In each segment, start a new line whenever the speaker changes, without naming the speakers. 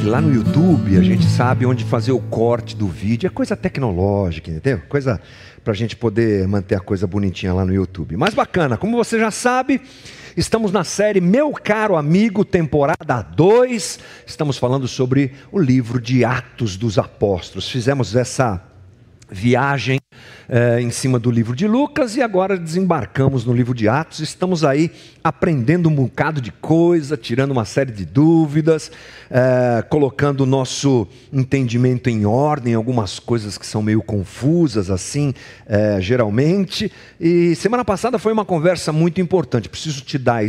lá no YouTube a gente sabe onde fazer o corte do vídeo. É coisa tecnológica, entendeu? Coisa para a gente poder manter a coisa bonitinha lá no YouTube. Mas bacana, como você já sabe, estamos na série Meu Caro Amigo, temporada 2. Estamos falando sobre o livro de Atos dos Apóstolos. Fizemos essa viagem em cima do livro de Lucas e agora desembarcamos no livro de Atos. Estamos aí aprendendo um bocado de coisa, tirando uma série de dúvidas, colocando o nosso entendimento em ordem, algumas coisas que são meio confusas assim, geralmente. E semana passada foi uma conversa muito importante. Preciso te dar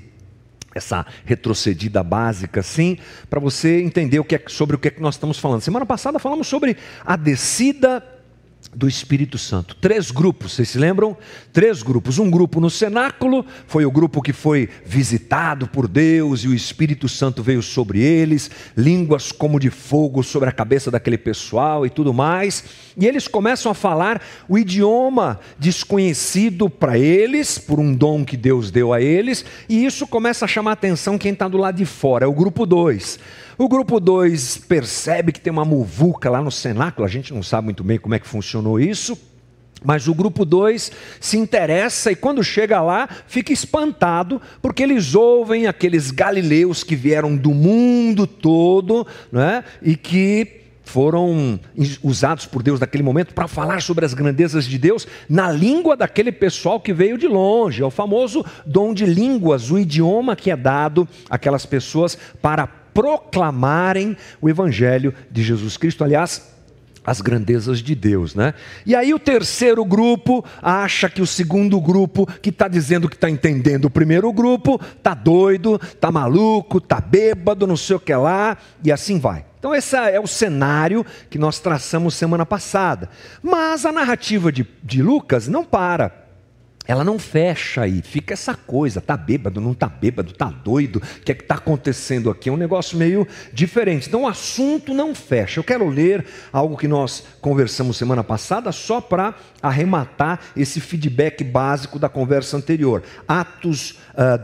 essa retrocedida básica, assim, para você entender sobre o que é que nós estamos falando. Semana passada falamos sobre a descida do Espírito Santo. 3 grupos, vocês se lembram? 3 grupos. Um grupo no cenáculo, foi o grupo que foi visitado por Deus e o Espírito Santo veio sobre eles, línguas como de fogo sobre a cabeça daquele pessoal e tudo mais. E eles começam a falar o idioma desconhecido para eles, por um dom que Deus deu a eles, e isso começa a chamar a atenção quem está do lado de fora. É o grupo 2. O grupo 2 percebe que tem uma muvuca lá no cenáculo, a gente não sabe muito bem como é que funcionou isso, mas o grupo 2 se interessa e quando chega lá fica espantado, porque eles ouvem aqueles galileus que vieram do mundo todo, né, e que foram usados por Deus naquele momento para falar sobre as grandezas de Deus na língua daquele pessoal que veio de longe. É o famoso dom de línguas, o idioma que é dado àquelas pessoas para proclamarem o Evangelho de Jesus Cristo, aliás, as grandezas de Deus, né? E aí o terceiro grupo acha que o segundo grupo, que está dizendo que está entendendo o primeiro grupo, está doido, está maluco, está bêbado, não sei o que lá, e assim vai. Então esse é o cenário que nós traçamos semana passada. Mas a narrativa de Lucas não para. Ela não fecha aí, fica essa coisa, está bêbado, não está bêbado, está doido, o que é que está acontecendo aqui? É um negócio meio diferente. Então o assunto não fecha. Eu quero ler algo que nós conversamos semana passada, só para arrematar esse feedback básico da conversa anterior. Atos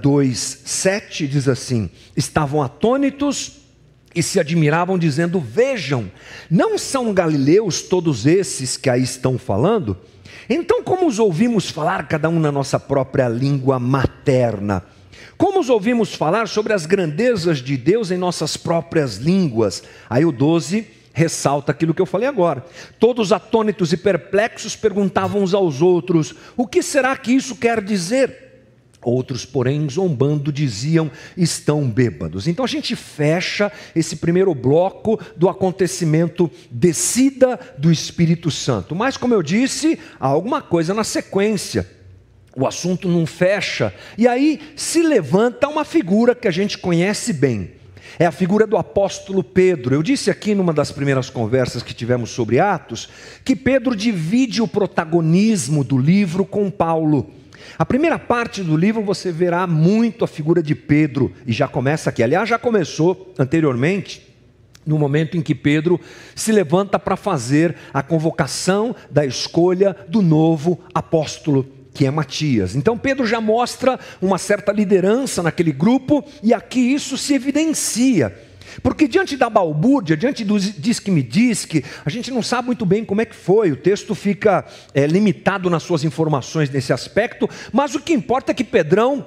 2:7 diz assim: estavam atônitos e se admiravam dizendo, vejam, não são galileus todos esses que aí estão falando? Então, como os ouvimos falar, cada um na nossa própria língua materna? Como os ouvimos falar sobre as grandezas de Deus em nossas próprias línguas? Aí o 12 ressalta aquilo que eu falei agora. Todos atônitos e perplexos perguntavam uns aos outros, o que será que isso quer dizer? Outros, porém, zombando, diziam, estão bêbados. Então a gente fecha esse primeiro bloco do acontecimento descida do Espírito Santo. Mas, como eu disse, há alguma coisa na sequência. O assunto não fecha. E aí se levanta uma figura que a gente conhece bem. É a figura do apóstolo Pedro. Eu disse aqui numa das primeiras conversas que tivemos sobre Atos, que Pedro divide o protagonismo do livro com Paulo. A primeira parte do livro você verá muito a figura de Pedro, e já começa aqui, aliás já começou anteriormente, no momento em que Pedro se levanta para fazer a convocação da escolha do novo apóstolo, que é Matias. Então Pedro já mostra uma certa liderança naquele grupo, e aqui isso se evidencia. Porque diante da balbúrdia, diante do diz que me diz que, a gente não sabe muito bem como é que foi, o texto fica limitado nas suas informações nesse aspecto, mas o que importa é que Pedrão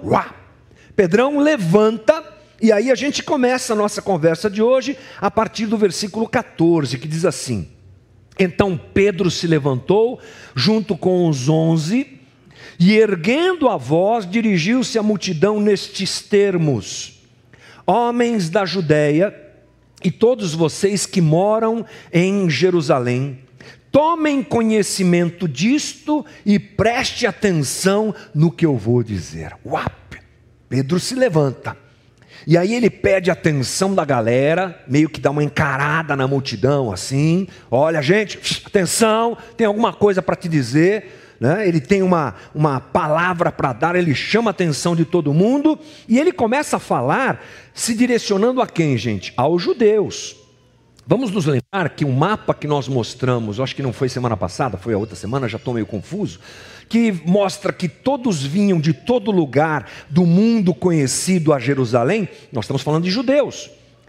levanta, e aí a gente começa a nossa conversa de hoje a partir do versículo 14, que diz assim: então Pedro se levantou junto com os 11, e erguendo a voz dirigiu-se à multidão nestes termos: homens da Judéia e todos vocês que moram em Jerusalém, tomem conhecimento disto e preste atenção no que eu vou dizer. Pedro se levanta. E aí ele pede atenção da galera, meio que dá uma encarada na multidão assim. Olha gente, atenção, tem alguma coisa para te dizer. Ele tem uma palavra para dar, ele chama a atenção de todo mundo, e ele começa a falar, se direcionando a quem, gente? Aos judeus. Vamos nos lembrar que o mapa que nós mostramos, acho que não foi semana passada, foi a outra semana, já estou meio confuso, que mostra que todos vinham de todo lugar do mundo conhecido a Jerusalém. Nós estamos falando de judeus.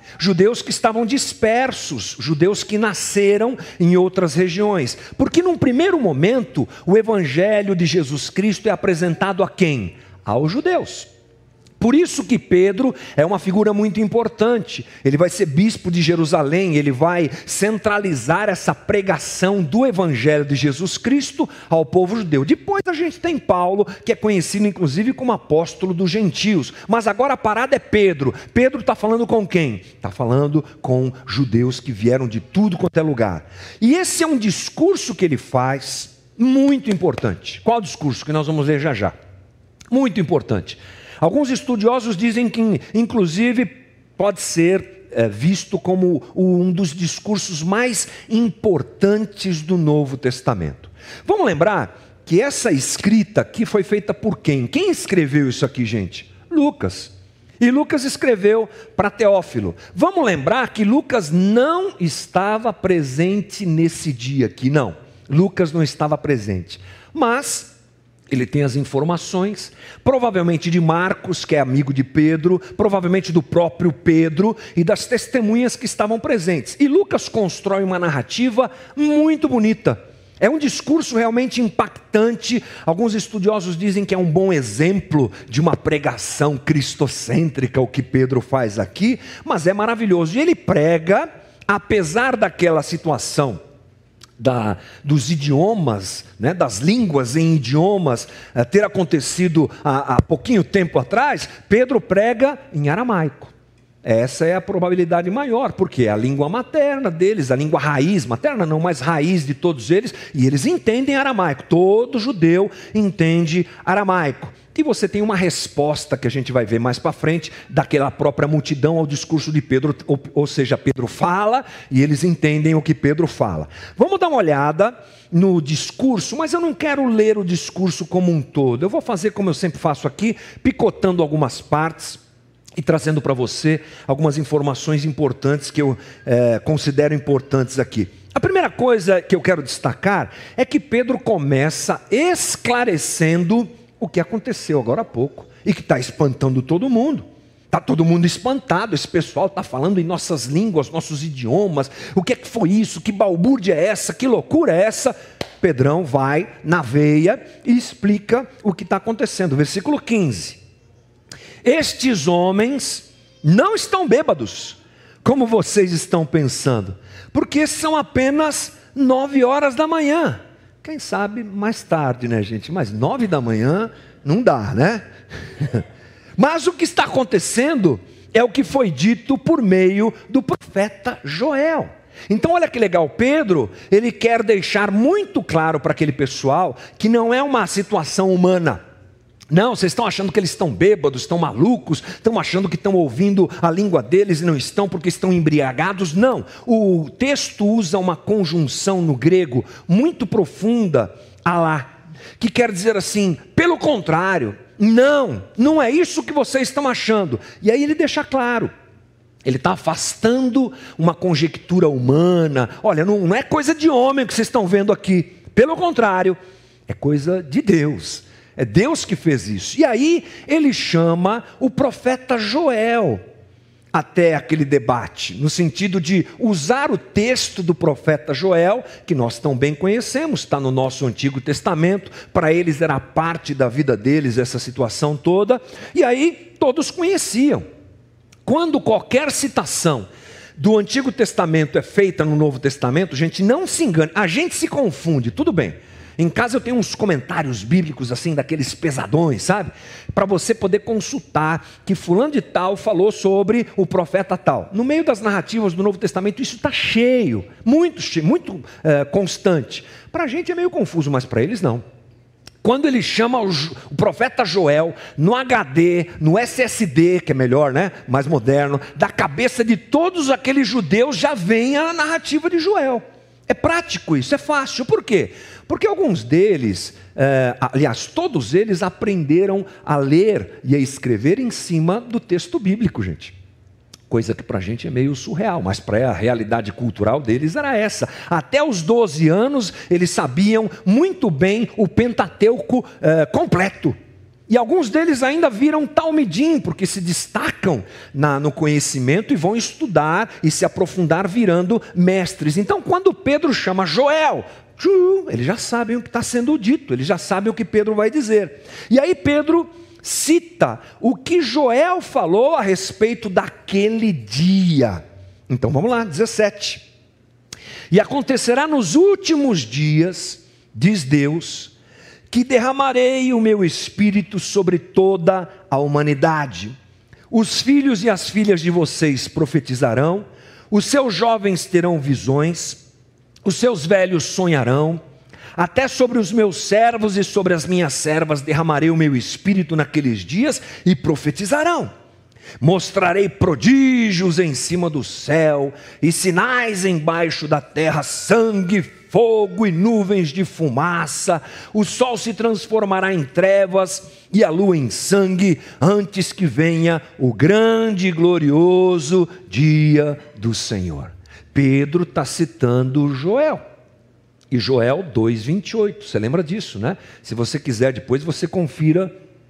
Judeus que estavam dispersos, judeus que nasceram em outras regiões. Porque num primeiro momento, o evangelho de Jesus Cristo é apresentado a quem? Aos judeus. Por isso que Pedro é uma figura muito importante. Ele vai ser bispo de Jerusalém, ele vai centralizar essa pregação do evangelho de Jesus Cristo ao povo judeu. Depois a gente tem Paulo, que é conhecido inclusive como apóstolo dos gentios. Mas agora a parada é Pedro. Pedro está falando com quem? Está falando com judeus que vieram de tudo quanto é lugar. E esse é um discurso que ele faz muito importante. Qual discurso? Que nós vamos ler já já. Muito importante. Alguns estudiosos dizem que, inclusive, pode ser visto como um dos discursos mais importantes do Novo Testamento. Vamos lembrar que essa escrita aqui foi feita por quem? Quem escreveu isso aqui, gente? Lucas. E Lucas escreveu para Teófilo. Vamos lembrar que Lucas não estava presente nesse dia aqui, não. Lucas não estava presente. Mas ele tem as informações, provavelmente de Marcos, que é amigo de Pedro, provavelmente do próprio Pedro e das testemunhas que estavam presentes. E Lucas constrói uma narrativa muito bonita. É um discurso realmente impactante. Alguns estudiosos dizem que é um bom exemplo de uma pregação cristocêntrica, o que Pedro faz aqui, mas é maravilhoso. E ele prega, apesar daquela situação dos idiomas, né, das línguas em idiomas, ter acontecido há pouquinho tempo atrás, Pedro prega em aramaico. Essa é a probabilidade maior, porque é a língua materna deles, a língua raiz, materna não, mas raiz de todos eles, e eles entendem aramaico. Todo judeu entende aramaico. E você tem uma resposta que a gente vai ver mais para frente, daquela própria multidão ao discurso de Pedro, ou seja, Pedro fala e eles entendem o que Pedro fala. Vamos dar uma olhada no discurso, mas eu não quero ler o discurso como um todo. Eu vou fazer como eu sempre faço aqui, picotando algumas partes e trazendo para você algumas informações importantes que eu considero importantes aqui. A primeira coisa que eu quero destacar é que Pedro começa esclarecendo o que aconteceu agora há pouco e que está espantando todo mundo. Está todo mundo espantado, esse pessoal está falando em nossas línguas, nossos idiomas. O que é que foi isso? Que balbúrdia é essa? Que loucura é essa? Pedrão vai na veia e explica o que está acontecendo. Versículo 15. Estes homens não estão bêbados, como vocês estão pensando, porque são apenas 9 horas da manhã. Quem sabe mais tarde, né, gente? Mas 9 da manhã não dá, né? Mas o que está acontecendo é o que foi dito por meio do profeta Joel. Então olha que legal, Pedro, ele quer deixar muito claro para aquele pessoal que não é uma situação humana. Não, vocês estão achando que eles estão bêbados, estão malucos, estão achando que estão ouvindo a língua deles e não estão porque estão embriagados. Não, o texto usa uma conjunção no grego muito profunda, alá, que quer dizer assim, pelo contrário, não é isso que vocês estão achando. E aí ele deixa claro, ele está afastando uma conjectura humana. Olha, não é coisa de homem que vocês estão vendo aqui, pelo contrário, é coisa de Deus. É Deus que fez isso. E aí ele chama o profeta Joel até aquele debate, no sentido de usar o texto do profeta Joel, que nós tão bem conhecemos, está no nosso Antigo Testamento, para eles era parte da vida deles essa situação toda, e aí todos conheciam. Quando qualquer citação do Antigo Testamento é feita no Novo Testamento, gente, não se engane, a gente se confunde, tudo bem. Em casa eu tenho uns comentários bíblicos assim, daqueles pesadões, sabe? Para você poder consultar que fulano de tal falou sobre o profeta tal. No meio das narrativas do Novo Testamento isso está cheio, muito constante. Para a gente é meio confuso, mas para eles não. Quando ele chama o profeta Joel no HD, no SSD, que é melhor, né? Mais moderno, da cabeça de todos aqueles judeus já vem a narrativa de Joel. É prático isso, é fácil. Por quê? Porque alguns deles, aliás, todos eles aprenderam a ler e a escrever em cima do texto bíblico, gente. Coisa que para a gente é meio surreal, mas para a realidade cultural deles era essa. Até os 12 anos, eles sabiam muito bem o Pentateuco completo. E alguns deles ainda viram talmidim, porque se destacam no conhecimento e vão estudar e se aprofundar virando mestres. Então, quando Pedro chama Joel, eles já sabem o que está sendo dito, eles já sabem o que Pedro vai dizer. E aí Pedro cita o que Joel falou a respeito daquele dia. Então vamos lá, 17. E acontecerá nos últimos dias, diz Deus, que derramarei o meu espírito sobre toda a humanidade. Os filhos e as filhas de vocês profetizarão, os seus jovens terão visões, os seus velhos sonharão, até sobre os meus servos e sobre as minhas servas derramarei o meu espírito naqueles dias e profetizarão. Mostrarei prodígios em cima do céu e sinais embaixo da terra, sangue, fogo e nuvens de fumaça. O sol se transformará em trevas e a lua em sangue, antes que venha o grande e glorioso dia do Senhor. Pedro está citando Joel. E Joel 2,28, você lembra disso, né? Se você quiser depois você confira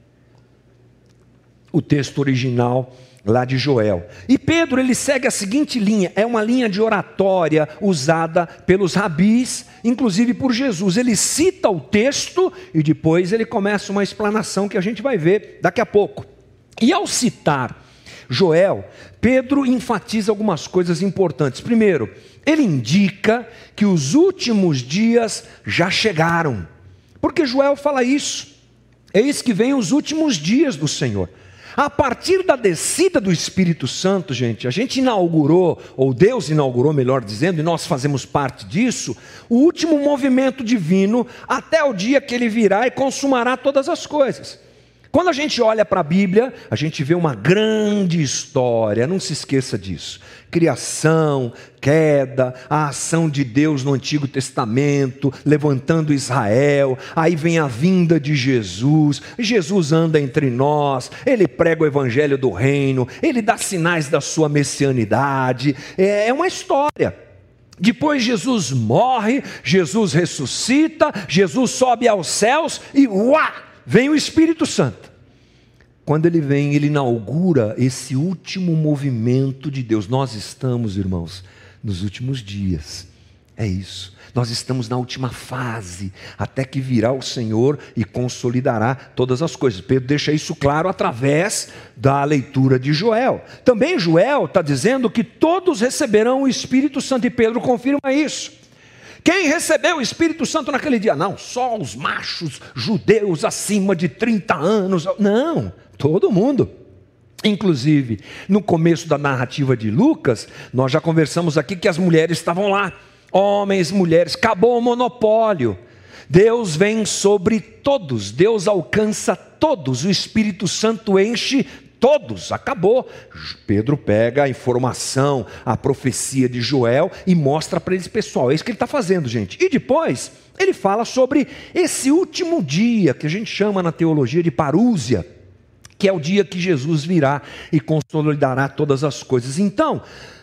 o texto original lá de Joel. E Pedro, ele segue a seguinte linha, é uma linha de oratória usada pelos rabis, inclusive por Jesus. Ele cita o texto e depois ele começa uma explanação que a gente vai ver daqui a pouco. E ao citar Joel, Pedro enfatiza algumas coisas importantes. Primeiro, ele indica que os últimos dias já chegaram, porque Joel fala isso, eis que vem os últimos dias do Senhor. A partir da descida do Espírito Santo, gente, a gente inaugurou, ou Deus inaugurou, melhor dizendo, e nós fazemos parte disso, o último movimento divino, até o dia que Ele virá e consumará todas as coisas. Quando a gente olha para a Bíblia, a gente vê uma grande história, não se esqueça disso. Criação, queda, a ação de Deus no Antigo Testamento, levantando Israel, aí vem a vinda de Jesus, Jesus anda entre nós, Ele prega o Evangelho do Reino, Ele dá sinais da sua messianidade, é uma história. Depois Jesus morre, Jesus ressuscita, Jesus sobe aos céus e vem o Espírito Santo. Quando Ele vem, Ele inaugura esse último movimento de Deus. Nós estamos, irmãos, nos últimos dias. É isso. Nós estamos na última fase, até que virá o Senhor e consolidará todas as coisas. Pedro deixa isso claro através da leitura de Joel. Também Joel está dizendo que todos receberão o Espírito Santo, e Pedro confirma isso. Quem recebeu o Espírito Santo naquele dia? Não, só os machos judeus acima de 30 anos. Não, todo mundo. Inclusive, no começo da narrativa de Lucas, nós já conversamos aqui que as mulheres estavam lá. Homens, mulheres, acabou o monopólio. Deus vem sobre todos, Deus alcança todos, o Espírito Santo enche todos, acabou. Pedro pega a informação, a profecia de Joel e mostra para eles, pessoal, é isso que ele está fazendo, gente. E depois ele fala sobre esse último dia, que a gente chama na teologia de parúzia, que é o dia que Jesus virá e consolidará todas as coisas. Então,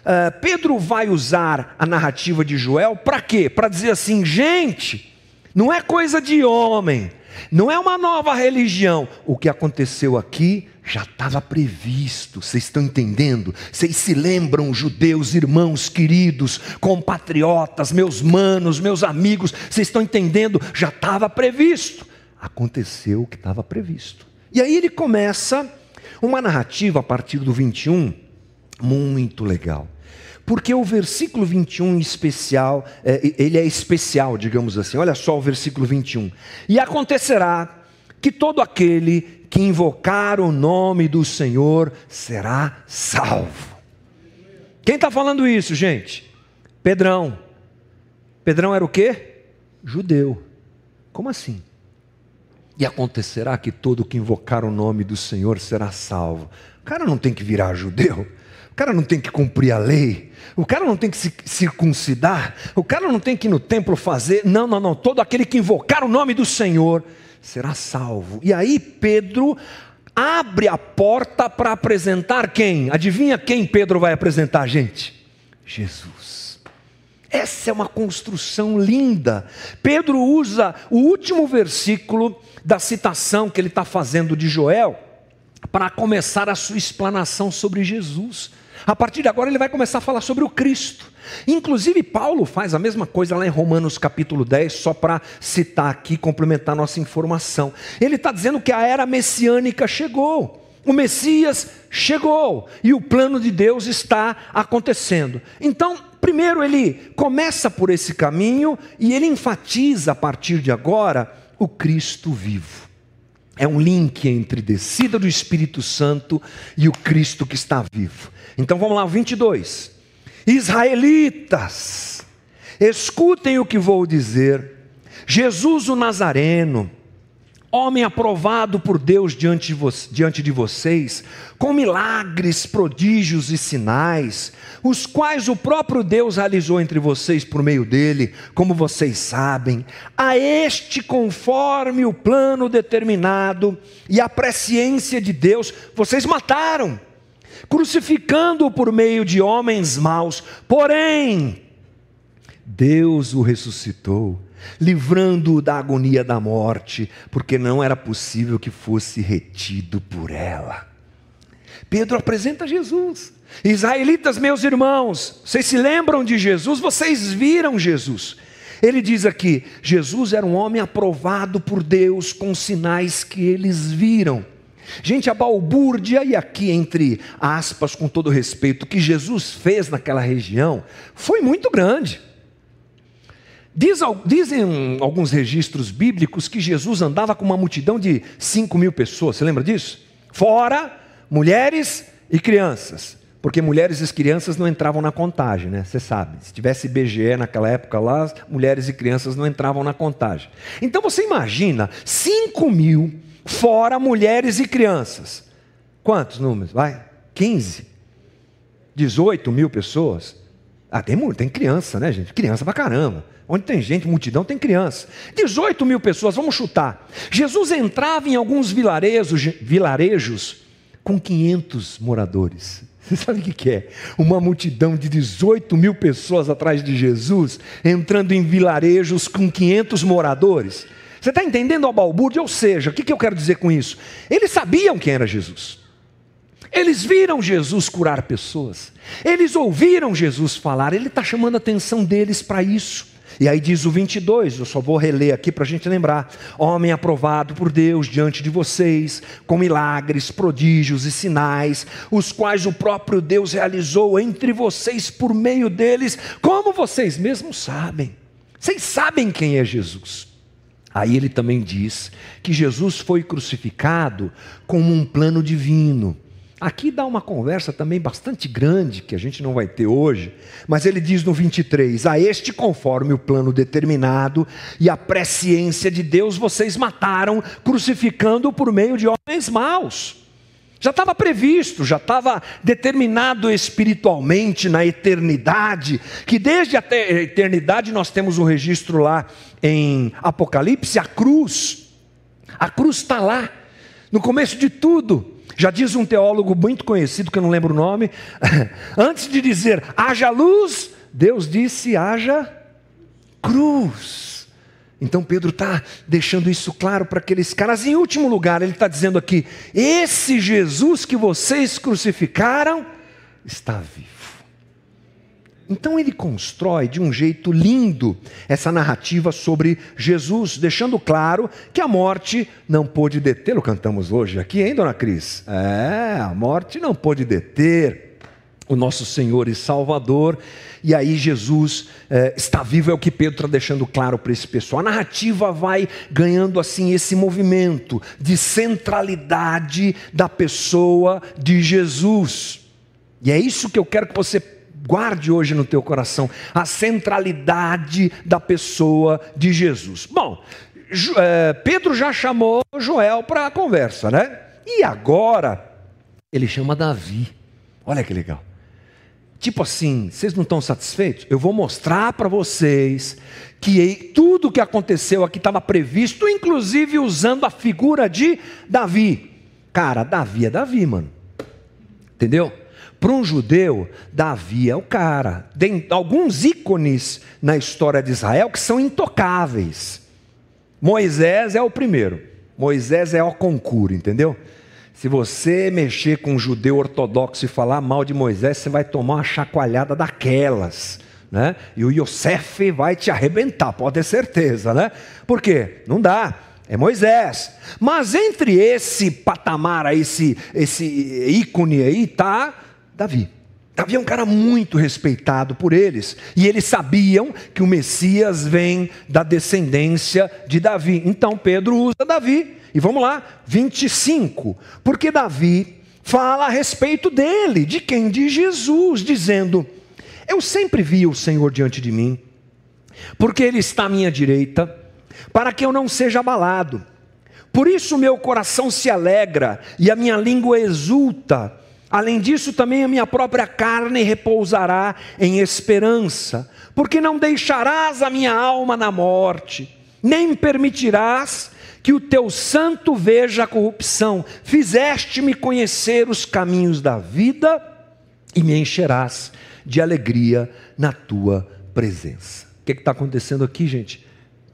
Pedro vai usar a narrativa de Joel para quê? Para dizer assim, gente, não é coisa de homem, não é uma nova religião, o que aconteceu aqui já estava previsto, vocês estão entendendo? Vocês se lembram, judeus, irmãos queridos, compatriotas, meus manos, meus amigos, vocês estão entendendo? Já estava previsto, aconteceu o que estava previsto. E aí ele começa uma narrativa a partir do 21, muito legal, porque o versículo 21 em especial, ele é especial, digamos assim. Olha só o versículo 21, e acontecerá que todo aquele que invocar o nome do Senhor será salvo. Quem está falando isso, gente? Pedrão. Pedrão era o quê? Judeu. Como assim? E acontecerá que todo que invocar o nome do Senhor será salvo. O cara não tem que virar judeu, o cara não tem que cumprir a lei, o cara não tem que se circuncidar, o cara não tem que ir no templo fazer, não, todo aquele que invocar o nome do Senhor será salvo. E aí Pedro abre a porta para apresentar quem? Adivinha quem Pedro vai apresentar, gente? Jesus. Essa é uma construção linda. Pedro usa o último versículo da citação que ele está fazendo de Joel para começar a sua explanação sobre Jesus. A partir de agora ele vai começar a falar sobre o Cristo. Inclusive Paulo faz a mesma coisa lá em Romanos capítulo 10, só para citar aqui, complementar nossa informação. Ele está dizendo que a era messiânica chegou, o Messias chegou e o plano de Deus está acontecendo. Então, primeiro ele começa por esse caminho e ele enfatiza a partir de agora o Cristo vivo. É um link entre descida do Espírito Santo e o Cristo que está vivo. Então vamos lá, 22. Israelitas, escutem o que vou dizer. Jesus o Nazareno, homem aprovado por Deus diante de vocês, com milagres, prodígios e sinais, os quais o próprio Deus realizou entre vocês por meio dele, como vocês sabem, a este conforme o plano determinado e a presciência de Deus, vocês mataram, crucificando-o por meio de homens maus, porém, Deus o ressuscitou, livrando-o da agonia da morte, porque não era possível que fosse retido por ela. Pedro apresenta Jesus. Israelitas, meus irmãos, vocês se lembram de Jesus? Vocês viram Jesus? Ele diz aqui, Jesus era um homem aprovado por Deus com sinais que eles viram. Gente, a balbúrdia, e aqui entre aspas, com todo respeito, que fez naquela região, foi muito grande. Dizem alguns registros bíblicos que Jesus andava com uma multidão de 5.000 pessoas, você lembra disso? Fora mulheres e crianças, porque mulheres e crianças não entravam na contagem, né? Você sabe, se tivesse IBGE naquela época lá, mulheres e crianças não entravam na contagem. Então você imagina, 5.000 fora mulheres e crianças. Quantos números? Vai? 15? 18.000 pessoas? Ah, tem criança, né, gente? Criança pra caramba. Onde tem gente, multidão, tem criança. 18.000 pessoas, vamos chutar. Jesus entrava em alguns vilarejos com 500 moradores. Você sabe o que é? Uma multidão de 18.000 pessoas atrás de Jesus, entrando em vilarejos com 500 moradores. Você está entendendo a balbúrdia? Ou seja, o que eu quero dizer com isso? Eles sabiam quem era Jesus. Eles viram Jesus curar pessoas. Eles ouviram Jesus falar. Ele está chamando a atenção deles para isso. E aí diz o 22, eu só vou reler aqui para a gente lembrar. Homem aprovado por Deus diante de vocês, com milagres, prodígios e sinais, os quais o próprio Deus realizou entre vocês por meio deles, como vocês mesmos sabem. Vocês sabem quem é Jesus. Aí ele também diz que Jesus foi crucificado como um plano divino. Aqui dá uma conversa também bastante grande, que a gente não vai ter hoje, mas ele diz no 23, a este conforme o plano determinado e a presciência de Deus vocês mataram, crucificando-o por meio de homens maus. Já estava previsto, já estava determinado espiritualmente na eternidade, que desde a eternidade nós temos um registro lá em Apocalipse, a cruz está lá, no começo de tudo. Já diz um teólogo muito conhecido, que eu não lembro o nome, antes de dizer haja luz, Deus disse haja cruz. Então Pedro está deixando isso claro para aqueles caras. Em último lugar, ele está dizendo aqui, esse Jesus que vocês crucificaram, está vivo. Então ele constrói de um jeito lindo essa narrativa sobre Jesus, deixando claro que a morte não pôde detê-lo. Cantamos hoje aqui, hein, dona Cris? A morte não pôde deter o nosso Senhor e Salvador. E aí Jesus está vivo, é o que Pedro está deixando claro para esse pessoal. A narrativa vai ganhando assim esse movimento de centralidade da pessoa de Jesus. E é isso que eu quero que você guarde hoje no teu coração, a centralidade da pessoa de Jesus. Bom, Pedro já chamou Joel para a conversa, né? E agora ele chama Davi. Olha que legal. Tipo assim, vocês não estão satisfeitos? Eu vou mostrar para vocês que tudo o que aconteceu aqui estava previsto, inclusive usando a figura de Davi. Cara, Davi é Davi, mano. Entendeu? Para um judeu, Davi é o cara. Tem alguns ícones na história de Israel que são intocáveis. Moisés é o primeiro. Moisés é o concurso, entendeu? Se você mexer com um judeu ortodoxo e falar mal de Moisés, você vai tomar uma chacoalhada daquelas, né? E o Yosef vai te arrebentar, pode ter certeza, né? Por quê? Não dá, é Moisés. Mas entre esse patamar aí, esse ícone aí, está Davi. Davi é um cara muito respeitado por eles, e eles sabiam que o Messias vem da descendência de Davi. Então Pedro usa Davi, e vamos lá, 25, porque Davi fala a respeito dele, de quem? De Jesus, dizendo: eu sempre vi o Senhor diante de mim, porque Ele está à minha direita, para que eu não seja abalado. Por isso meu coração se alegra, e a minha língua exulta. Além disso, também a minha própria carne repousará em esperança, porque não deixarás a minha alma na morte, nem permitirás que o teu santo veja a corrupção. Fizeste-me conhecer os caminhos da vida, e me encherás de alegria na tua presença. O que está acontecendo aqui, gente?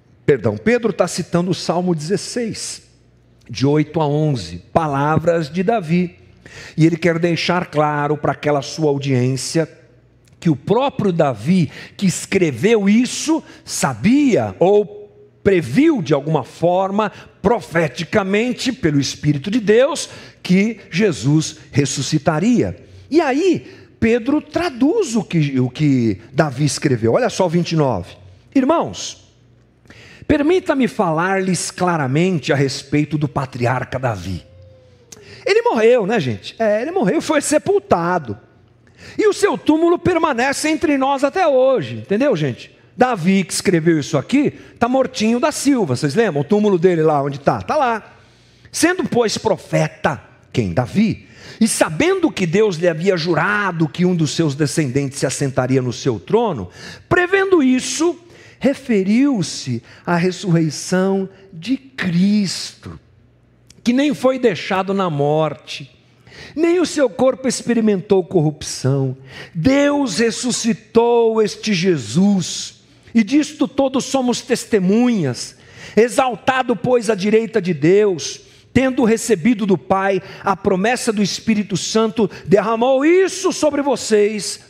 Pedro está citando o Salmo 16, de 8 a 11, palavras de Davi. E ele quer deixar claro para aquela sua audiência que o próprio Davi, que escreveu isso, sabia ou previu de alguma forma, profeticamente, pelo Espírito de Deus, que Jesus ressuscitaria. E aí, Pedro traduz o que Davi escreveu. Olha só o 29. Irmãos, permita-me falar-lhes claramente a respeito do patriarca Davi. Ele morreu, né, gente? Ele morreu, foi sepultado. E o seu túmulo permanece entre nós até hoje, entendeu, gente? Davi, que escreveu isso aqui, está mortinho da Silva, vocês lembram? O túmulo dele lá onde está? Está lá. Sendo, pois, profeta, quem? Davi, e sabendo que Deus lhe havia jurado que um dos seus descendentes se assentaria no seu trono, prevendo isso, referiu-se à ressurreição de Cristo, que nem foi deixado na morte, nem o seu corpo experimentou corrupção. Deus ressuscitou este Jesus, e disto todos somos testemunhas. Exaltado, pois, à direita de Deus, tendo recebido do Pai a promessa do Espírito Santo, derramou isso sobre vocês,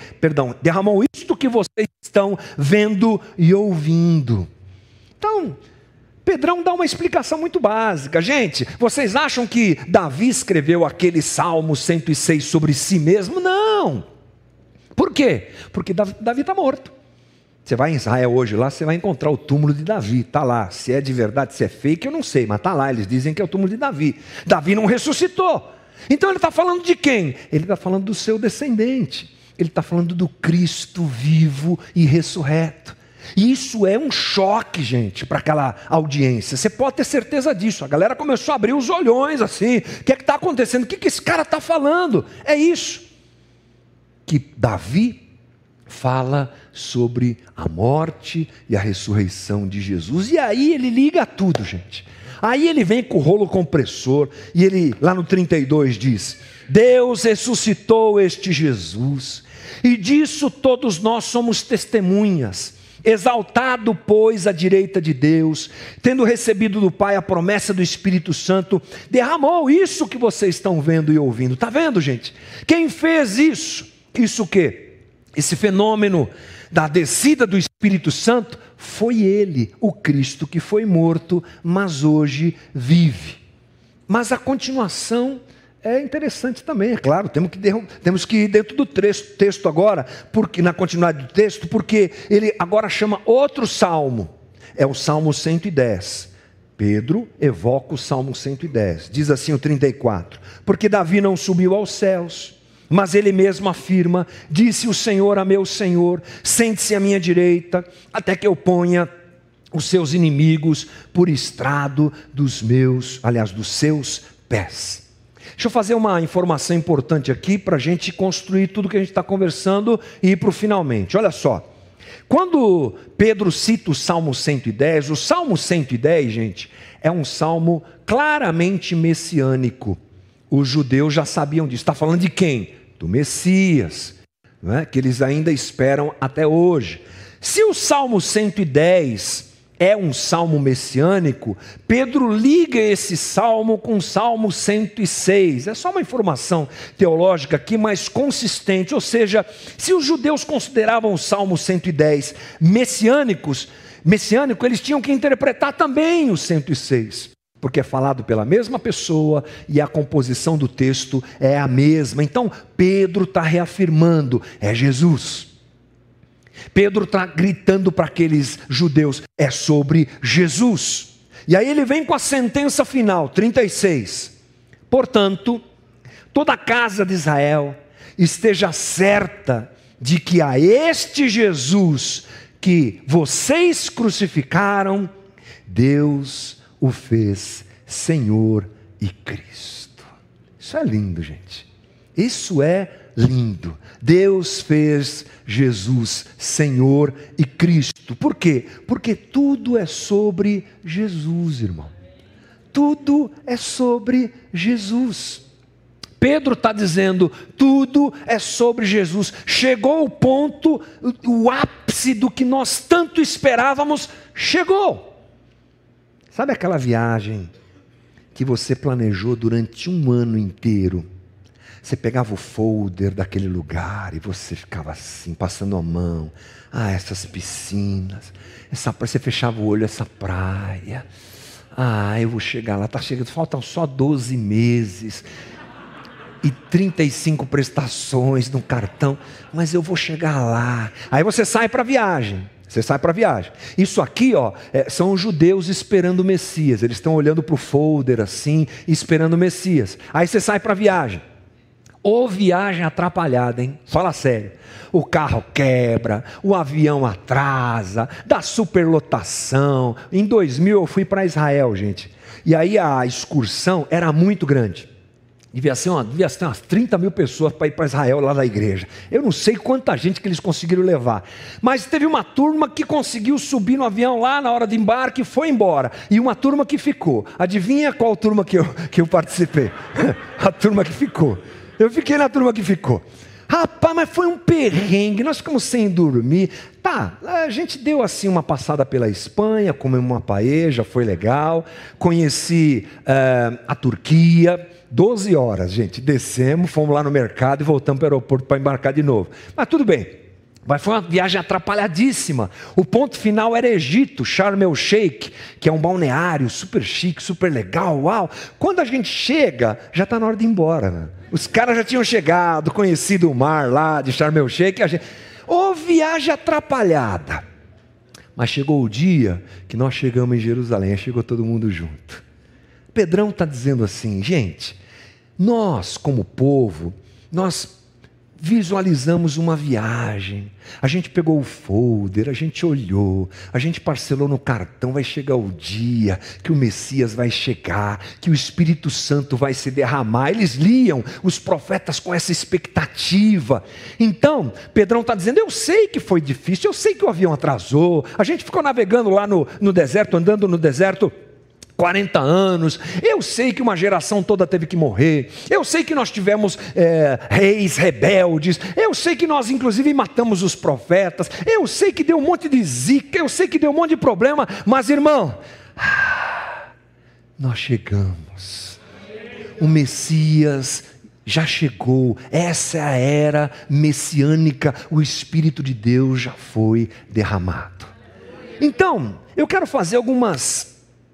derramou isto que vocês estão vendo e ouvindo. Então, Pedrão dá uma explicação muito básica. Gente, vocês acham que Davi escreveu aquele Salmo 106 sobre si mesmo? Não. Por quê? Porque Davi está morto. Você vai em Israel hoje lá, você vai encontrar o túmulo de Davi, está lá. Se é de verdade, se é fake, eu não sei, mas está lá, eles dizem que é o túmulo de Davi. Davi não ressuscitou. Então ele está falando de quem? Ele está falando do seu descendente. Ele está falando do Cristo vivo e ressurreto. E isso é um choque, gente, para aquela audiência. Você pode ter certeza disso. A galera começou a abrir os olhões assim. O que é que está acontecendo? O que esse cara está falando? É isso. Que Davi fala sobre a morte e a ressurreição de Jesus. E aí ele liga tudo, gente. Aí ele vem com o rolo compressor. E ele, lá no 32, diz: Deus ressuscitou este Jesus. E disso todos nós somos testemunhas. Exaltado, pois, à direita de Deus, tendo recebido do Pai a promessa do Espírito Santo, derramou isso que vocês estão vendo e ouvindo. Está vendo, gente? Quem fez isso? Isso o quê? Esse fenômeno da descida do Espírito Santo foi Ele, o Cristo que foi morto, mas hoje vive. Mas a continuação é interessante também, é claro, temos que ir dentro do texto agora, porque na continuidade do texto, porque ele agora chama outro salmo, é o Salmo 110. Pedro evoca o Salmo 110, diz assim o 34, porque Davi não subiu aos céus, mas ele mesmo afirma, disse o Senhor a meu Senhor, sente-se à minha direita, até que eu ponha os seus inimigos por estrado dos seus pés. Deixa eu fazer uma informação importante aqui para a gente construir tudo que a gente está conversando e ir para o finalmente. Olha só, quando Pedro cita o Salmo 110, o Salmo 110, gente, é um salmo claramente messiânico. Os judeus já sabiam disso. Está falando de quem? do Messias, não é? Que eles ainda esperam até hoje. Se o Salmo 110 é um salmo messiânico, Pedro liga esse salmo com o Salmo 106. É só uma informação teológica aqui, mas consistente. Ou seja, se os judeus consideravam o Salmo 110 messiânico, eles tinham que interpretar também o 106. Porque é falado pela mesma pessoa e a composição do texto é a mesma. Então, Pedro está reafirmando, é Jesus. Pedro está gritando para aqueles judeus, é sobre Jesus. E aí ele vem com a sentença final, 36. Portanto, toda a casa de Israel esteja certa de que a este Jesus que vocês crucificaram, Deus o fez Senhor e Cristo. Isso é lindo, gente. Isso é lindo. Deus fez Jesus Senhor e Cristo. Por quê? Porque tudo é sobre Jesus, irmão. Tudo é sobre Jesus. Pedro está dizendo, tudo é sobre Jesus. Chegou o ponto, o ápice do que nós tanto esperávamos, chegou. Sabe aquela viagem que você planejou durante um ano inteiro? Você pegava o folder daquele lugar e você ficava assim, passando a mão. Ah, essas piscinas, você fechava o olho, essa praia. Ah, eu vou chegar lá, está chegando, faltam só 12 meses. E 35 prestações no cartão, mas eu vou chegar lá. Aí você sai para a viagem. Isso aqui, são os judeus esperando o Messias. Eles estão olhando para o folder assim, esperando o Messias. Aí você sai para a viagem. Ô viagem atrapalhada, hein? Fala sério. O carro quebra, o avião atrasa, dá superlotação. Em 2000 eu fui para Israel, gente. E aí a excursão era muito grande. Devia ser umas 30 mil pessoas para ir para Israel lá da igreja. Eu não sei quanta gente que eles conseguiram levar. Mas teve uma turma que conseguiu subir no avião lá na hora de embarque e foi embora. E uma turma que ficou. Adivinha qual turma que eu participei? A turma que ficou. Eu fiquei na turma que ficou. Rapaz, mas foi um perrengue, nós ficamos sem dormir. Tá, a gente deu assim uma passada pela Espanha, comemos uma paella, foi legal. Conheci a Turquia, 12 horas, gente, descemos, fomos lá no mercado e voltamos para o aeroporto para embarcar de novo. Mas tudo bem, mas foi uma viagem atrapalhadíssima. O ponto final era Egito, Sharm el Sheikh, que é um balneário super chique, super legal, uau. Quando a gente chega, já está na hora de ir embora, né? Os caras já tinham chegado, conhecido o mar lá de Sharm el Sheikh. Ô viagem atrapalhada. Mas chegou o dia que nós chegamos em Jerusalém, chegou todo mundo junto. Pedrão está dizendo assim, gente, nós como povo, nós visualizamos uma viagem, a gente pegou o folder, a gente olhou, a gente parcelou no cartão, vai chegar o dia que o Messias vai chegar, que o Espírito Santo vai se derramar. Eles liam os profetas com essa expectativa. Então, Pedrão está dizendo, eu sei que foi difícil, eu sei que o avião atrasou, a gente ficou navegando lá no deserto, andando no deserto 40 anos, eu sei que uma geração toda teve que morrer, eu sei que nós tivemos reis rebeldes, eu sei que nós inclusive matamos os profetas, eu sei que deu um monte de zica, eu sei que deu um monte de problema, mas irmão, nós chegamos, o Messias já chegou, essa é a era messiânica, o Espírito de Deus já foi derramado. Então, eu quero fazer algumas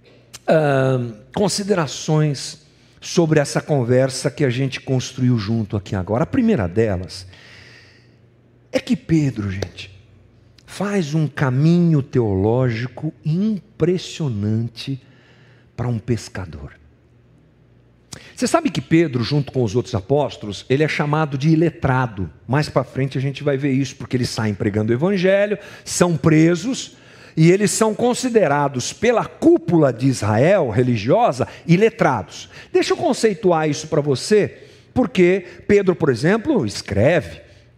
considerações sobre essa conversa que a gente construiu junto aqui agora. A primeira delas é que Pedro, gente, faz um caminho teológico impressionante para um pescador. Você sabe que Pedro, junto com os outros apóstolos, ele é chamado de iletrado. Mais para frente a gente vai ver isso, porque eles saem pregando o evangelho, são presos, e eles são considerados pela cúpula de Israel religiosa iletrados. Deixa eu conceituar isso para você, porque Pedro, por exemplo, escreve,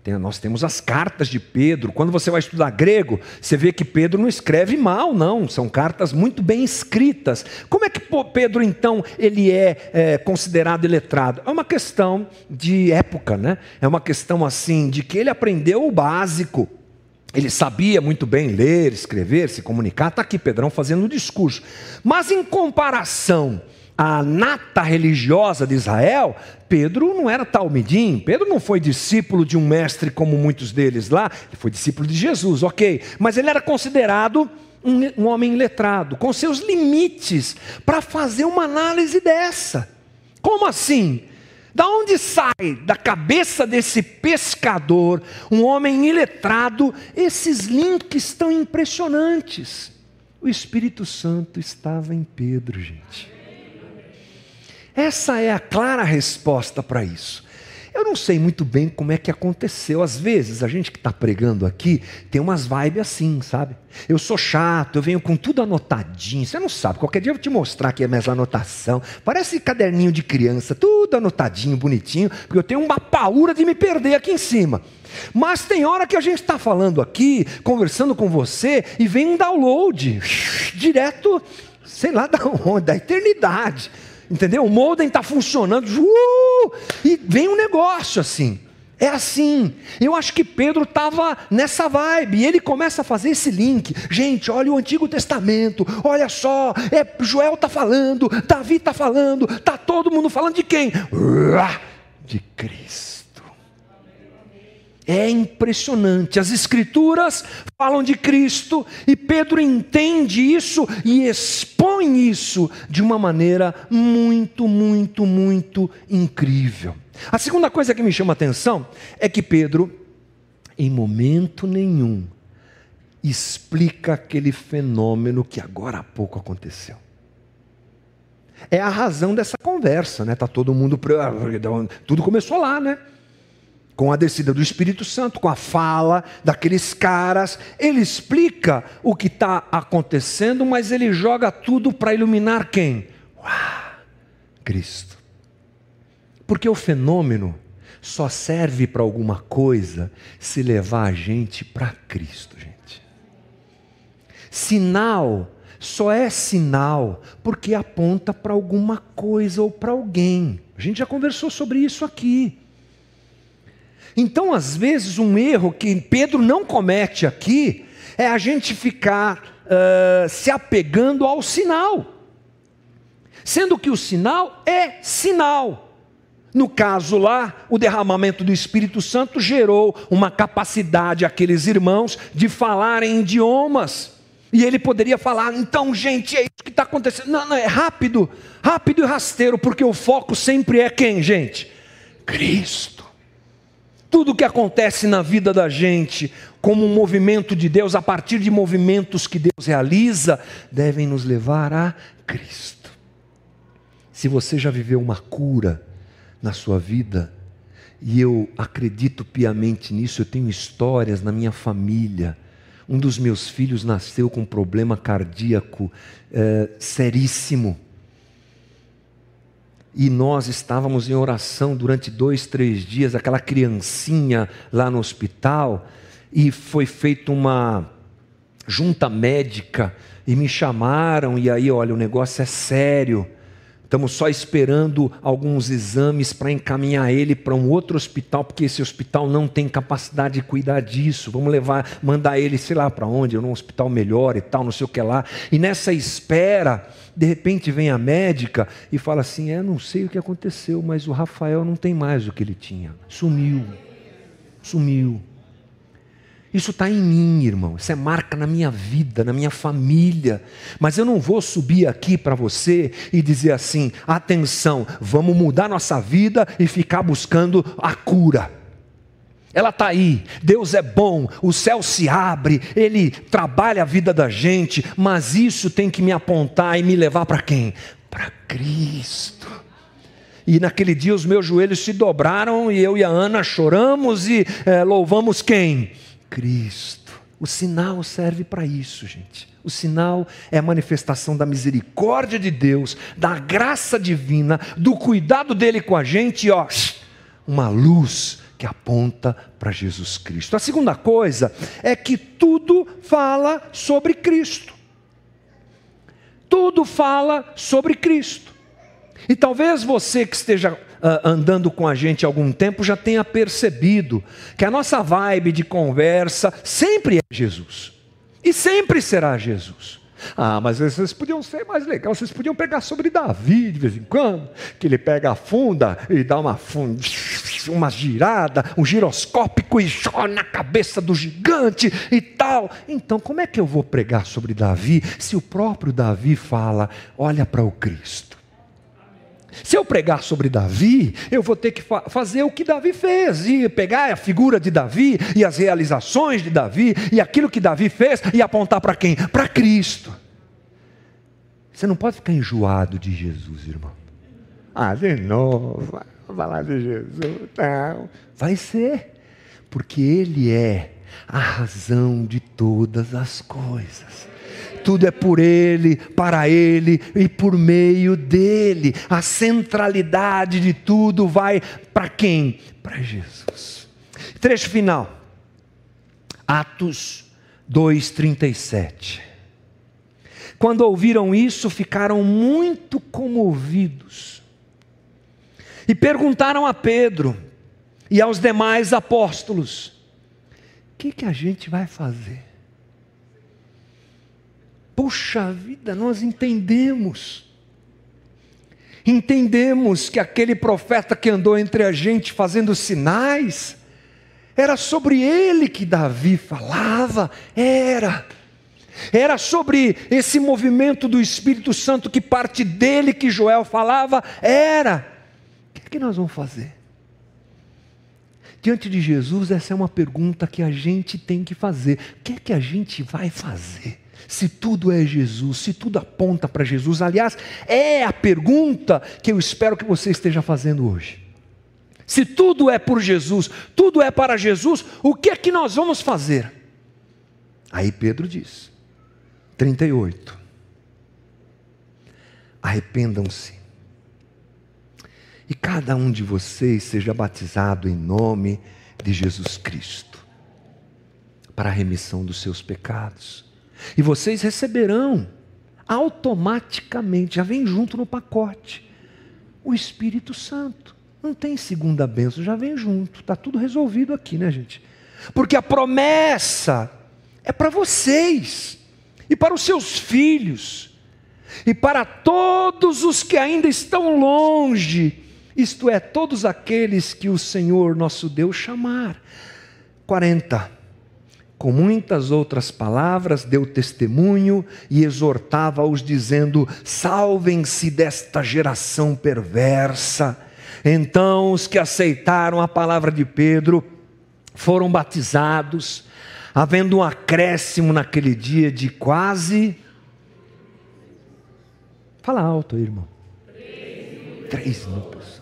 Nós temos as cartas de Pedro. Quando você vai estudar grego, você vê que Pedro não escreve mal, não. São cartas muito bem escritas. Como é que Pedro, então, ele é considerado iletrado? É uma questão de época, né? É uma questão, assim, de que ele aprendeu o básico. Ele sabia muito bem ler, escrever, se comunicar. Está aqui Pedrão fazendo o discurso. Mas em comparação à nata religiosa de Israel, Pedro não era talmidim. Pedro não foi discípulo de um mestre como muitos deles lá. Ele foi discípulo de Jesus, ok. Mas ele era considerado um homem iletrado, com seus limites, para fazer uma análise dessa. Como assim? Da onde sai da cabeça desse pescador, um homem iletrado, esses links tão impressionantes? O Espírito Santo estava em Pedro, gente. Essa é a clara resposta para isso. Eu não sei muito bem como é que aconteceu. Às vezes, a gente que está pregando aqui, tem umas vibes assim, sabe? Eu sou chato, eu venho com tudo anotadinho. Você não sabe, qualquer dia eu vou te mostrar aqui a minha anotação. Parece caderninho de criança, tudo anotadinho, bonitinho, porque eu tenho uma paura de me perder aqui em cima. Mas tem hora que a gente está falando aqui, conversando com você, e vem um download, direto, sei lá da onde, da eternidade. Entendeu? O modem está funcionando, e vem um negócio assim. É assim. Eu acho que Pedro estava nessa vibe, e ele começa a fazer esse link. Gente, olha o Antigo Testamento, olha só, Joel está falando, Davi está falando, está todo mundo falando de quem? De Cristo. É impressionante, as Escrituras falam de Cristo, e Pedro entende isso e expõe isso de uma maneira muito, muito, muito incrível. A segunda coisa que me chama a atenção é que Pedro, em momento nenhum, explica aquele fenômeno que agora há pouco aconteceu. É a razão dessa conversa, né? Tá todo mundo, tudo começou lá, né? Com a descida do Espírito Santo, com a fala daqueles caras. Ele explica o que está acontecendo, mas ele joga tudo para iluminar quem? Cristo. Porque o fenômeno só serve para alguma coisa se levar a gente para Cristo, gente. Sinal só é sinal porque aponta para alguma coisa ou para alguém. A gente já conversou sobre isso aqui. Então, às vezes, um erro que Pedro não comete aqui é a gente ficar se apegando ao sinal, sendo que o sinal é sinal. No caso lá, o derramamento do Espírito Santo gerou uma capacidade àqueles irmãos de falarem idiomas. E ele poderia falar, então, gente, é isso que está acontecendo. Não, é rápido, rápido e rasteiro, porque o foco sempre é quem, gente? Cristo. Tudo que acontece na vida da gente, como um movimento de Deus, a partir de movimentos que Deus realiza, devem nos levar a Cristo. Se você já viveu uma cura na sua vida, e eu acredito piamente nisso, eu tenho histórias na minha família. Um dos meus filhos nasceu com um problema cardíaco seríssimo. E nós estávamos em oração durante 2, 3 dias, aquela criancinha lá no hospital, e foi feita uma junta médica, e me chamaram, e aí, olha, o negócio é sério, estamos só esperando alguns exames para encaminhar ele para um outro hospital, porque esse hospital não tem capacidade de cuidar disso, vamos mandar ele, sei lá para onde, num hospital melhor e tal, não sei o que lá. E nessa espera, de repente vem a médica e fala assim, não sei o que aconteceu, mas o Rafael não tem mais o que ele tinha, sumiu. Isso está em mim, irmão, isso é marca na minha vida, na minha família, mas eu não vou subir aqui para você e dizer assim, atenção, vamos mudar nossa vida e ficar buscando a cura. Ela está aí, Deus é bom, o céu se abre, Ele trabalha a vida da gente, mas isso tem que me apontar e me levar para quem? Para Cristo. E naquele dia os meus joelhos se dobraram e eu e a Ana choramos e louvamos quem? Cristo. O sinal serve para isso, gente. O sinal é a manifestação da misericórdia de Deus, da graça divina, do cuidado dele com a gente, uma luz que aponta para Jesus Cristo. A segunda coisa é que tudo fala sobre Cristo. Tudo fala sobre Cristo. E talvez você que esteja andando com a gente há algum tempo já tenha percebido que a nossa vibe de conversa sempre é Jesus. E sempre será Jesus. Mas vocês podiam ser mais legais, vocês podiam pegar sobre Davi de vez em quando, que ele pega a funda e dá uma girada, um giroscópico e joga na cabeça do gigante e tal. Então como é que eu vou pregar sobre Davi se o próprio Davi fala, olha para o Cristo? Se eu pregar sobre Davi, eu vou ter que fazer o que Davi fez, e pegar a figura de Davi, e as realizações de Davi, e aquilo que Davi fez, e apontar para quem? Para Cristo. Você não pode ficar enjoado de Jesus, irmão. De novo, vai falar de Jesus. Não. Vai ser, porque Ele é a razão de todas as coisas. Tudo é por Ele, para Ele e por meio dEle. A centralidade de tudo vai para quem? Para Jesus. Trecho final. Atos 2:37. Quando ouviram isso, ficaram muito comovidos. E perguntaram a Pedro e aos demais apóstolos: o que a gente vai fazer? Puxa vida, nós entendemos que aquele profeta que andou entre a gente fazendo sinais, era sobre ele que Davi falava, era sobre esse movimento do Espírito Santo que parte dele que Joel falava, o que nós vamos fazer? Diante de Jesus, essa é uma pergunta que a gente tem que fazer, o que a gente vai fazer? Se tudo é Jesus, se tudo aponta para Jesus, aliás, é a pergunta que eu espero que você esteja fazendo hoje. Se tudo é por Jesus, tudo é para Jesus, o que é que nós vamos fazer? Aí Pedro diz, 38, arrependam-se, e cada um de vocês seja batizado em nome de Jesus Cristo, para a remissão dos seus pecados. E vocês receberão automaticamente, já vem junto no pacote, o Espírito Santo. Não tem segunda bênção, já vem junto, está tudo resolvido aqui, né, gente? Porque a promessa é para vocês, e para os seus filhos, e para todos os que ainda estão longe, isto é, todos aqueles que o Senhor nosso Deus chamar. 40. Com muitas outras palavras deu testemunho e exortava-os dizendo: salvem-se desta geração perversa. Então os que aceitaram a palavra de Pedro foram batizados, havendo um acréscimo naquele dia de quase... Fala alto aí, irmão. 3.000 pessoas.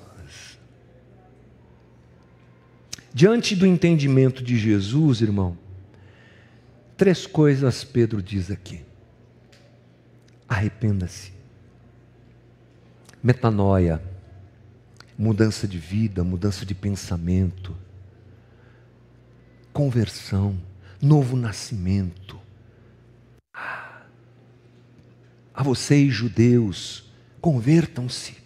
Diante do entendimento de Jesus, irmão, 3 coisas Pedro diz aqui. Arrependa-se. Metanoia, mudança de vida, mudança de pensamento, conversão, novo nascimento. A vocês judeus, convertam-se.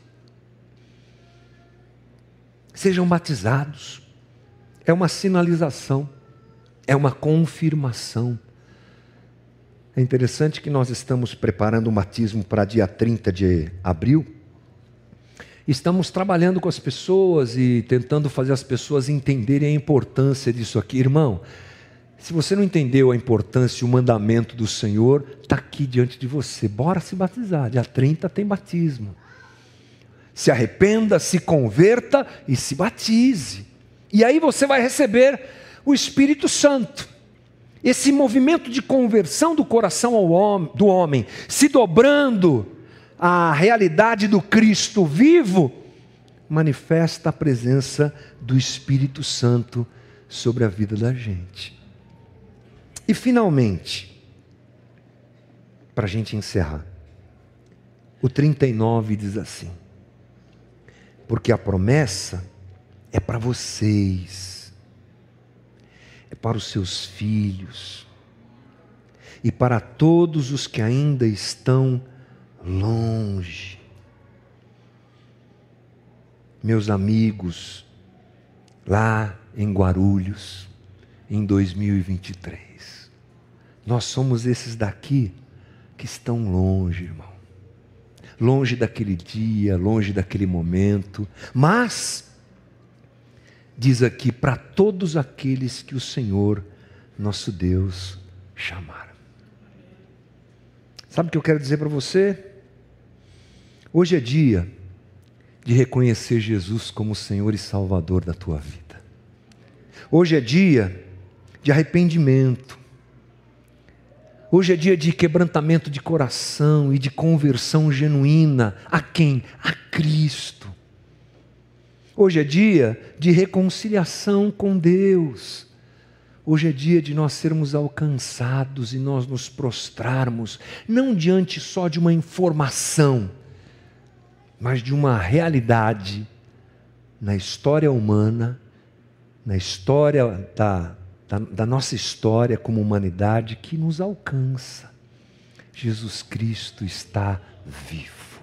Sejam batizados. É uma sinalização. É uma confirmação. É interessante que nós estamos preparando um batismo para dia 30 de abril. Estamos trabalhando com as pessoas e tentando fazer as pessoas entenderem a importância disso aqui. Irmão, se você não entendeu a importância e o mandamento do Senhor, está aqui diante de você. Bora se batizar. Dia 30 tem batismo. Se arrependa, se converta e se batize. E aí você vai receber o Espírito Santo. Esse movimento de conversão do coração do homem, se dobrando à realidade do Cristo vivo, manifesta a presença do Espírito Santo sobre a vida da gente. E finalmente, para a gente encerrar, o 39 diz assim: porque a promessa é para vocês. é para os seus filhos e para todos os que ainda estão longe. Meus amigos, lá em Guarulhos, em 2023, nós somos esses daqui que estão longe, irmão. Longe daquele dia, longe daquele momento, mas, diz aqui, para todos aqueles que o Senhor, nosso Deus, chamar. Sabe o que eu quero dizer para você? Hoje é dia de reconhecer Jesus como Senhor e Salvador da tua vida. Hoje é dia de arrependimento. Hoje é dia de quebrantamento de coração e de conversão genuína. A quem? A Cristo. Hoje é dia de reconciliação com Deus. Hoje é dia de nós sermos alcançados e nós nos prostrarmos, não diante só de uma informação, mas de uma realidade na história humana, na história da nossa história como humanidade que nos alcança. Jesus Cristo está vivo.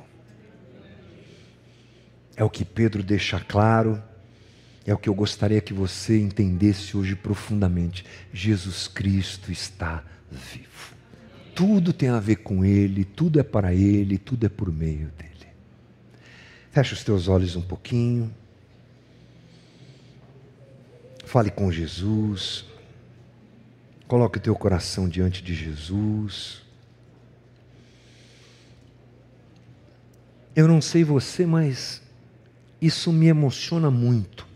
É o que Pedro deixa claro, é o que eu gostaria que você entendesse hoje profundamente. Jesus Cristo está vivo. Tudo tem a ver com Ele, tudo é para Ele, tudo é por meio dEle. Fecha os teus olhos um pouquinho. Fale com Jesus. Coloque o teu coração diante de Jesus. Eu não sei você, mas isso me emociona muito.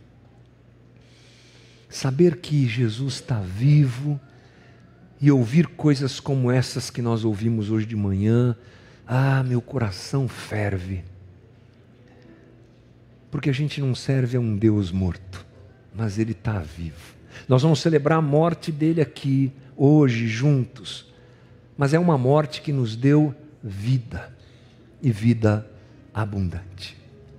Saber que Jesus está vivo e ouvir coisas como essas que nós ouvimos hoje de manhã. Ah, meu coração ferve. Porque a gente não serve a um Deus morto, mas Ele está vivo. Nós vamos celebrar a morte dele aqui, hoje, juntos. Mas é uma morte que nos deu vida, e vida abundante.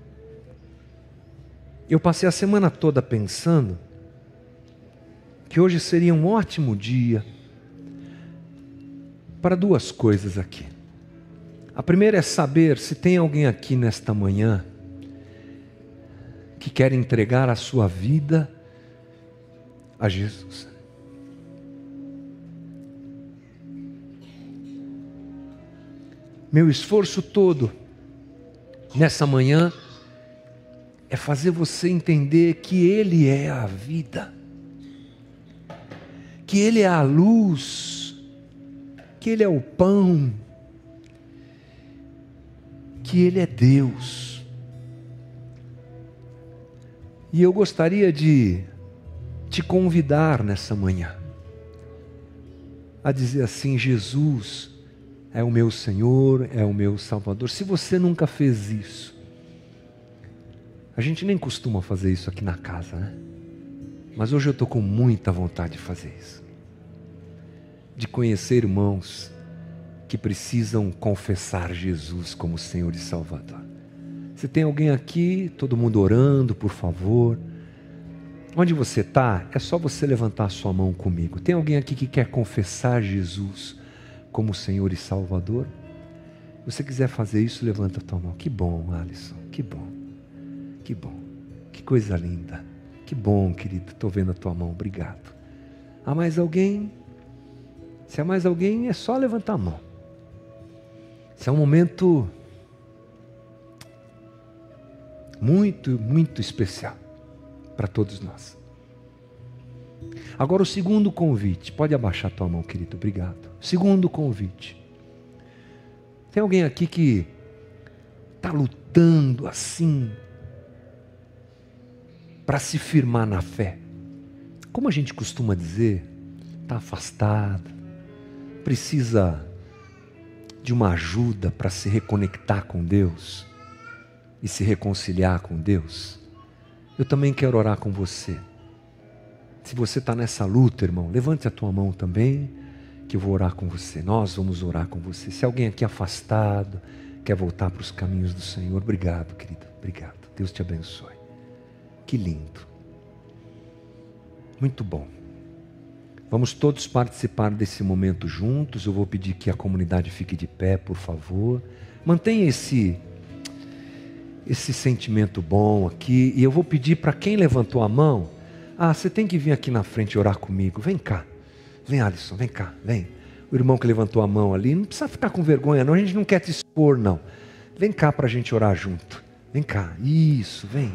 Eu passei a semana toda pensando que hoje seria um ótimo dia para duas coisas aqui. A primeira é saber se tem alguém aqui nesta manhã que quer entregar a sua vida a Jesus. Meu esforço todo nessa manhã é fazer você entender que Ele é a vida, que Ele é a luz, que Ele é o pão, que Ele é Deus. E eu gostaria de te convidar nessa manhã a dizer assim: Jesus é o meu Senhor, é o meu Salvador. Se você nunca fez isso, a gente nem costuma fazer isso aqui na casa, né? Mas hoje eu estou com muita vontade de fazer isso, de conhecer irmãos que precisam confessar Jesus como Senhor e Salvador. Se tem alguém aqui, todo mundo orando, por favor. Onde você está, é só você levantar a sua mão comigo. Tem alguém aqui que quer confessar Jesus como Senhor e Salvador? Se você quiser fazer isso, levanta a tua mão. Que bom, Alisson, que bom. Que bom, que coisa linda. Que bom, querido, estou vendo a tua mão, obrigado. Há mais alguém? Se há mais alguém, é só levantar a mão. Esse é um momento muito, muito especial para todos nós. Agora o segundo convite, pode abaixar a tua mão, querido, obrigado. Segundo convite. Tem alguém aqui que está lutando assim para se firmar na fé? Como a gente costuma dizer, está afastado, precisa de uma ajuda para se reconectar com Deus e se reconciliar com Deus. Eu também quero orar com você. Se você está nessa luta, irmão, levante a tua mão também, que eu vou orar com você. Nós vamos orar com você. Se alguém aqui afastado, quer voltar para os caminhos do Senhor, obrigado, querido, obrigado. Deus te abençoe. Que lindo. Muito bom. Vamos todos participar desse momento juntos. Eu vou pedir que a comunidade fique de pé, por favor. Mantenha esse sentimento bom aqui. E eu vou pedir para quem levantou a mão, você tem que vir aqui na frente orar comigo. Vem cá. Vem, Alisson, vem cá, vem. O irmão que levantou a mão ali, não precisa ficar com vergonha não, a gente não quer te expor não. Vem cá para a gente orar junto. Vem cá, isso, vem.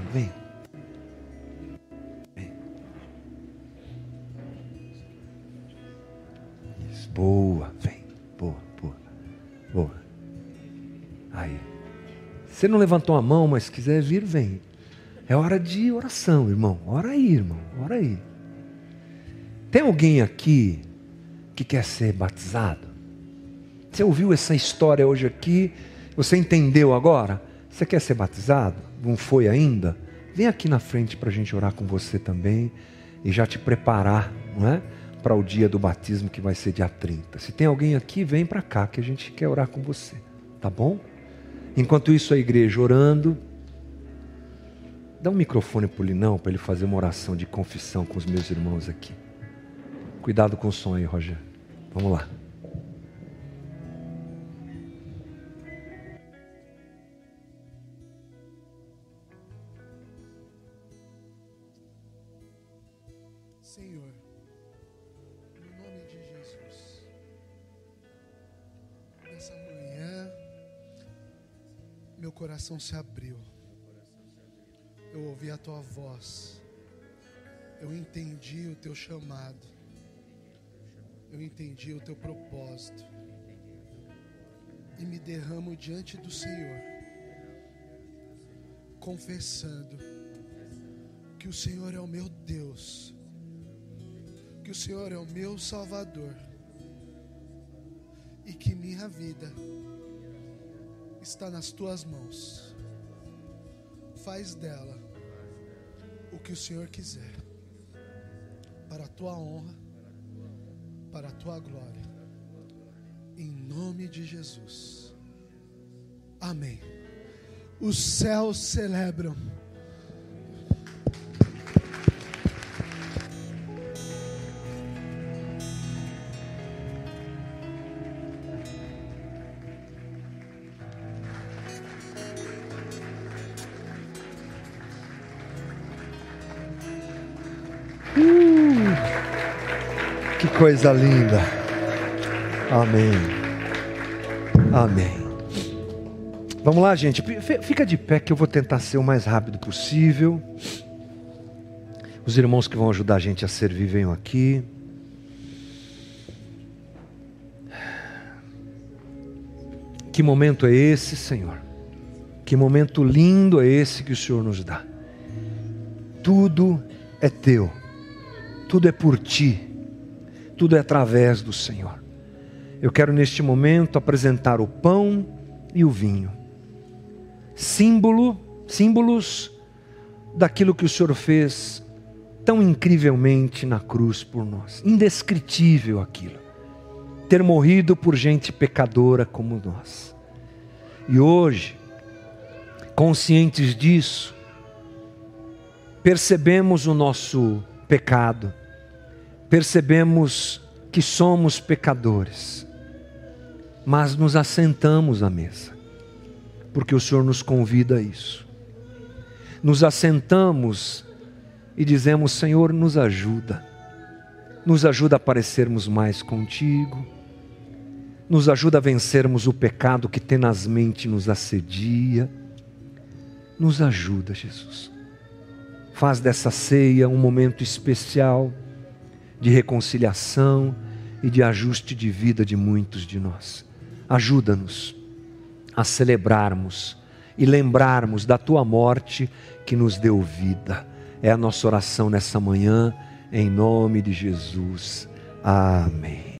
Isso, boa, vem, boa. Aí. Você não levantou a mão, mas quiser vir, vem. É hora de oração, irmão. Ora aí, irmão, ora aí. Tem alguém aqui que quer ser batizado? Você ouviu essa história hoje aqui? Você entendeu agora? Você quer ser batizado? Não foi ainda? Vem aqui na frente para a gente orar com você também e já te preparar, não é? Para o dia do batismo que vai ser dia 30. Se tem alguém aqui, vem para cá que a gente quer orar com você, tá bom? Enquanto isso a igreja orando, dá um microfone para o Linão para ele fazer uma oração de confissão com os meus irmãos aqui. Cuidado com o som aí, Roger. Vamos lá.
Senhor, no nome de Jesus, nessa manhã, meu coração se abriu. Eu ouvi a tua voz. Eu entendi o teu chamado. Eu entendi o teu propósito. E me derramo diante do Senhor, confessando que o Senhor é o meu Deus, que o Senhor é o meu Salvador, e que minha vida está nas tuas mãos. Faz dela o que o Senhor quiser, para a tua honra, para a tua glória, em nome de Jesus. Amém. Os céus celebram.
Que coisa linda. Amém. Vamos lá, gente. Fica de pé que eu vou tentar ser o mais rápido possível. Os irmãos que vão ajudar a gente a servir venham aqui. Que momento é esse, Senhor? Que momento lindo é esse que o Senhor nos dá. Tudo é teu. Tudo é por ti. Tudo é através do Senhor. Eu quero neste momento apresentar o pão e o vinho. Símbolos daquilo que o Senhor fez tão incrivelmente na cruz por nós. Indescritível aquilo. Ter morrido por gente pecadora como nós. E hoje, conscientes disso, percebemos o nosso pecado. Percebemos que somos pecadores, mas nos assentamos à mesa, porque o Senhor nos convida a isso. Nos assentamos e dizemos: Senhor, nos ajuda a parecermos mais contigo, nos ajuda a vencermos o pecado que tenazmente nos assedia, nos ajuda, Jesus. Faz dessa ceia um momento especial de reconciliação e de ajuste de vida de muitos de nós. Ajuda-nos a celebrarmos e lembrarmos da tua morte que nos deu vida. É a nossa oração nessa manhã, em nome de Jesus. Amém.